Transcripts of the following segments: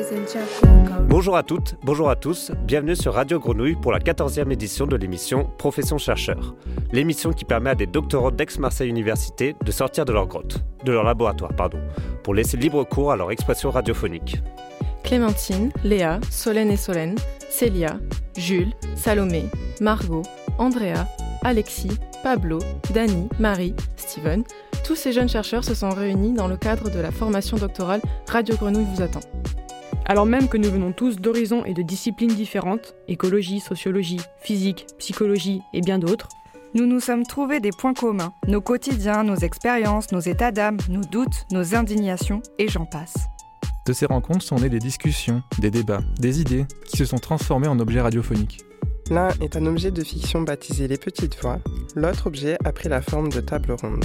Bonjour à toutes, bonjour à tous, bienvenue sur Radio Grenouille pour la 14e édition de l'émission Profession chercheur. L'émission qui permet à des doctorants d'Aix-Marseille Université de sortir de leur grotte, de leur laboratoire, pour laisser libre cours à leur expression radiophonique. Clémentine, Léa, Solène et Solène, Célia, Jules, Salomé, Margot, Andrea, Alexis, Pablo, Dany, Marie, Steven, tous ces jeunes chercheurs se sont réunis dans le cadre de la formation doctorale Radio Grenouille vous attend. Alors même que nous venons tous d'horizons et de disciplines différentes, écologie, sociologie, physique, psychologie et bien d'autres, nous nous sommes trouvés des points communs, nos quotidiens, nos expériences, nos états d'âme, nos doutes, nos indignations, et j'en passe. De ces rencontres sont nées des discussions, des débats, des idées qui se sont transformées en objets radiophoniques. L'un est un objet de fiction baptisé Les Petites Voix, l'autre objet a pris la forme de table ronde.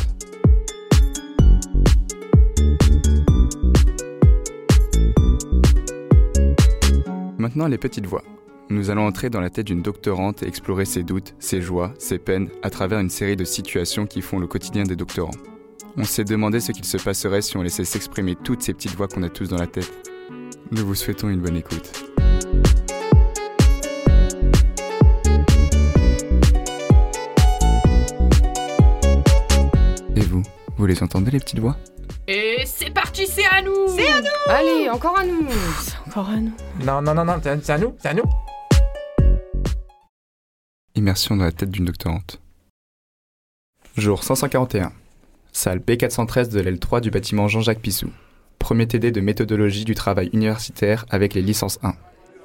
Maintenant, les petites voix. Nous allons entrer dans la tête d'une doctorante et explorer ses doutes, ses joies, ses peines à travers une série de situations qui font le quotidien des doctorants. On s'est demandé ce qu'il se passerait si on laissait s'exprimer toutes ces petites voix qu'on a tous dans la tête. Nous vous souhaitons une bonne écoute. Et vous les entendez les petites voix ? Et c'est parti, c'est à nous! C'est à nous! Allez, encore à nous! C'est encore à nous. Non, c'est à nous. Immersion dans la tête d'une doctorante. Jour 541. Salle B413 de l'aile 3 du bâtiment Jean-Jacques Pissou. Premier TD de méthodologie du travail universitaire avec les licences 1.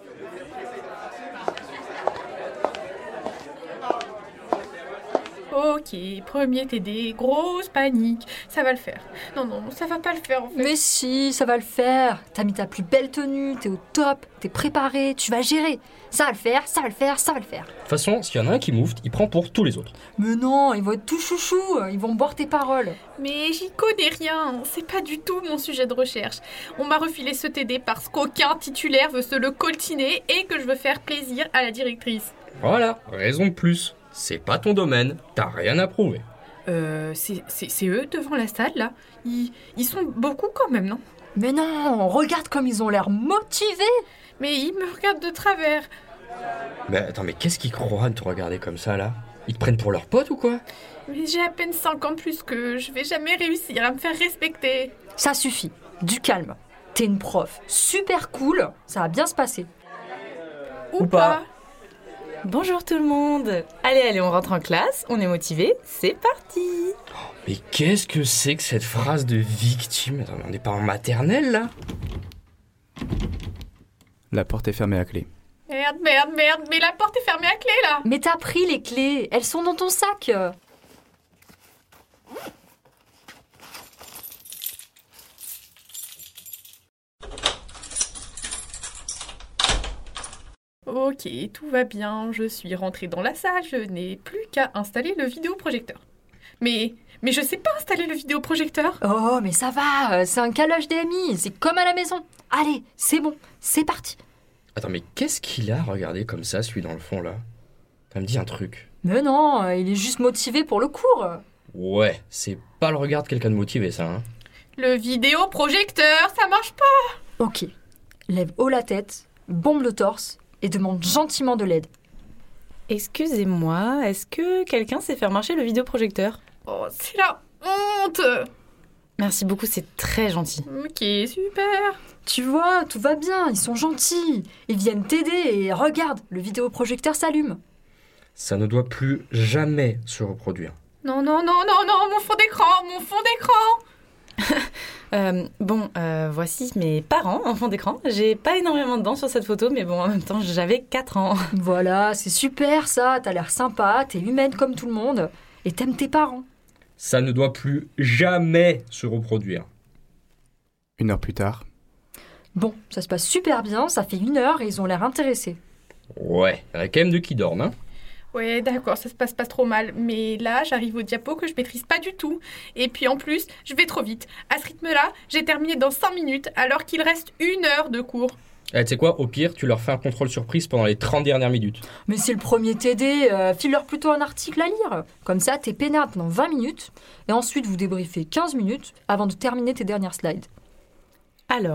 Ok, premier TD, grosse panique, ça va le faire. Non, ça va pas le faire en fait. Mais si, ça va le faire. T'as mis ta plus belle tenue, t'es au top, t'es préparé, tu vas gérer. Ça va le faire. De toute façon, s'il y en a un qui moufte, il prend pour tous les autres. Mais non, ils vont être tout chouchou, ils vont boire tes paroles. Mais j'y connais rien, c'est pas du tout mon sujet de recherche. On m'a refilé ce TD parce qu'aucun titulaire veut se le coltiner et que je veux faire plaisir à la directrice. Voilà, raison de plus. C'est pas ton domaine, t'as rien à prouver. C'est eux devant la salle là. Ils sont beaucoup quand même, non? Mais non, regarde comme ils ont l'air motivés. Mais ils me regardent de travers. Mais attends, mais qu'est-ce qu'ils croient de te regarder comme ça là? Ils te prennent pour leur pote ou quoi? Mais j'ai à peine 5 ans de plus que je vais jamais réussir à me faire respecter. Ça suffit, du calme. T'es une prof super cool, ça va bien se passer. Ou pas. Bonjour tout le monde. Allez, on rentre en classe, on est motivés, c'est parti. Mais qu'est-ce que c'est que cette phrase de victime? Attends, mais on n'est pas en maternelle là? La porte est fermée à clé. Merde, mais la porte est fermée à clé là. Mais t'as pris les clés, elles sont dans ton sac. Ok, tout va bien, je suis rentrée dans la salle, je n'ai plus qu'à installer le vidéoprojecteur. Mais je sais pas installer le vidéoprojecteur. Oh, mais ça va, c'est un câble HDMI, c'est comme à la maison. Allez, c'est bon, c'est parti. Attends, mais qu'est-ce qu'il a regardé comme ça, celui dans le fond là? Ça me dit un truc. Mais non, il est juste motivé pour le cours. Ouais, c'est pas le regard de quelqu'un de motivé ça, hein. Le vidéoprojecteur, ça marche pas. Ok, lève haut la tête, bombe le torse et demande gentiment de l'aide. Excusez-moi, est-ce que quelqu'un sait faire marcher le vidéoprojecteur? Oh, c'est la honte. Merci beaucoup, c'est très gentil. Ok, super. Tu vois, tout va bien, ils sont gentils. Ils viennent t'aider et regarde, le vidéoprojecteur s'allume. Ça ne doit plus jamais se reproduire. Non, mon fond d'écran. Voici mes parents en fond d'écran. J'ai pas énormément de dents sur cette photo, mais bon, en même temps, j'avais 4 ans. Voilà, c'est super ça, t'as l'air sympa, t'es humaine comme tout le monde, et t'aimes tes parents. Ça ne doit plus jamais se reproduire. 1 heure plus tard. Bon, ça se passe super bien, ça fait 1 heure et ils ont l'air intéressés. Ouais, il y en a quand même 2 qui dorment, hein. Ouais, d'accord, ça se passe pas trop mal. Mais là, j'arrive au diapo que je maîtrise pas du tout. Et puis en plus, je vais trop vite. À ce rythme-là, j'ai terminé dans 5 minutes, alors qu'il reste 1 heure de cours. Tu sais quoi, au pire, tu leur fais un contrôle surprise pendant les 30 dernières minutes. Mais c'est le premier TD, file-leur plutôt un article à lire. Comme ça, t'es peinard pendant 20 minutes, et ensuite vous débriefez 15 minutes avant de terminer tes dernières slides. Alors,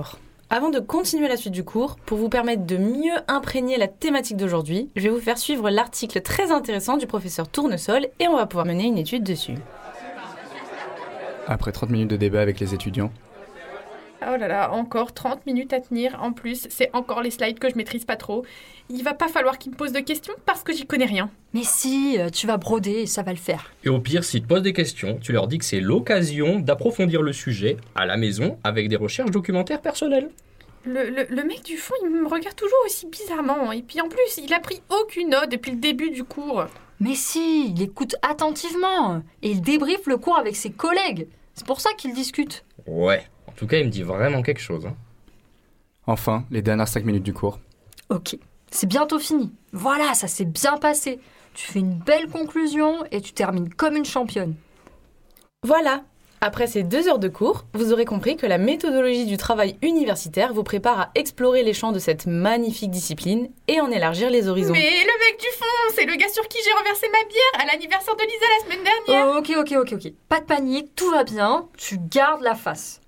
Avant de continuer la suite du cours, pour vous permettre de mieux imprégner la thématique d'aujourd'hui, je vais vous faire suivre l'article très intéressant du professeur Tournesol et on va pouvoir mener une étude dessus. Après 30 minutes de débat avec les étudiants. Oh là là, encore 30 minutes à tenir. En plus, c'est encore les slides que je maîtrise pas trop. Il va pas falloir qu'ils me posent de questions parce que j'y connais rien. Mais si, tu vas broder, ça va le faire. Et au pire, s'ils te posent des questions, tu leur dis que c'est l'occasion d'approfondir le sujet à la maison avec des recherches documentaires personnelles. Le mec du fond, il me regarde toujours aussi bizarrement. Et puis en plus, il a pris aucune note depuis le début du cours. Mais si, il écoute attentivement et il débriefe le cours avec ses collègues. C'est pour ça qu'il discute. Ouais, en tout cas, il me dit vraiment quelque chose. Enfin, les dernières 5 minutes du cours. Ok, c'est bientôt fini. Voilà, ça s'est bien passé. Tu fais une belle conclusion et tu termines comme une championne. Voilà. Après ces 2 heures de cours, vous aurez compris que la méthodologie du travail universitaire vous prépare à explorer les champs de cette magnifique discipline et en élargir les horizons. Mais le mec du fond, c'est le gars sur qui j'ai renversé ma bière à l'anniversaire de Lisa la semaine dernière. Ok. Pas de panique, tout va bien. Tu gardes la face.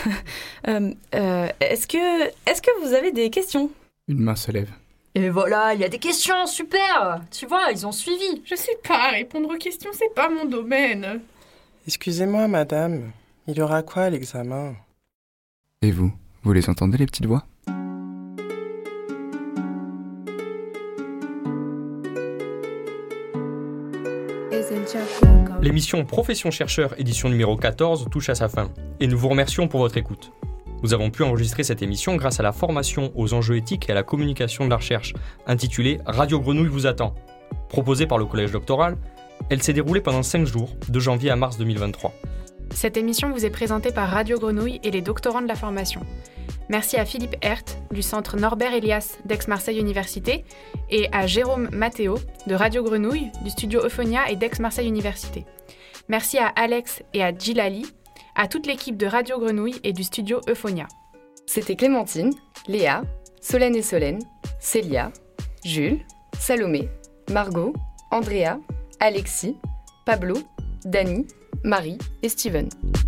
Est-ce que vous avez des questions ? Une main se lève. Et voilà, il y a des questions, super. Tu vois, ils ont suivi. Je sais pas, répondre aux questions, c'est pas mon domaine. Excusez-moi, madame, il y aura quoi à l'examen ? Et vous les entendez les petites voix ? L'émission Profession chercheur édition numéro 14 touche à sa fin et nous vous remercions pour votre écoute. Nous avons pu enregistrer cette émission grâce à la formation aux enjeux éthiques et à la communication de la recherche, intitulée Radio Grenouille vous attend. Proposée par le collège doctoral, elle s'est déroulée pendant 5 jours, de janvier à mars 2023. Cette émission vous est présentée par Radio Grenouille et les doctorants de la formation. Merci à Philippe Hert du centre Norbert Elias d'Aix-Marseille Université et à Jérôme Matteo de Radio Grenouille du studio Euphonia et d'Aix-Marseille Université. Merci à Alex et à Djilali, à toute l'équipe de Radio Grenouille et du studio Euphonia. C'était Clémentine, Léa, Solène et Solène, Célia, Jules, Salomé, Margot, Andrea, Alexis, Pablo, Dani, Marie et Steven.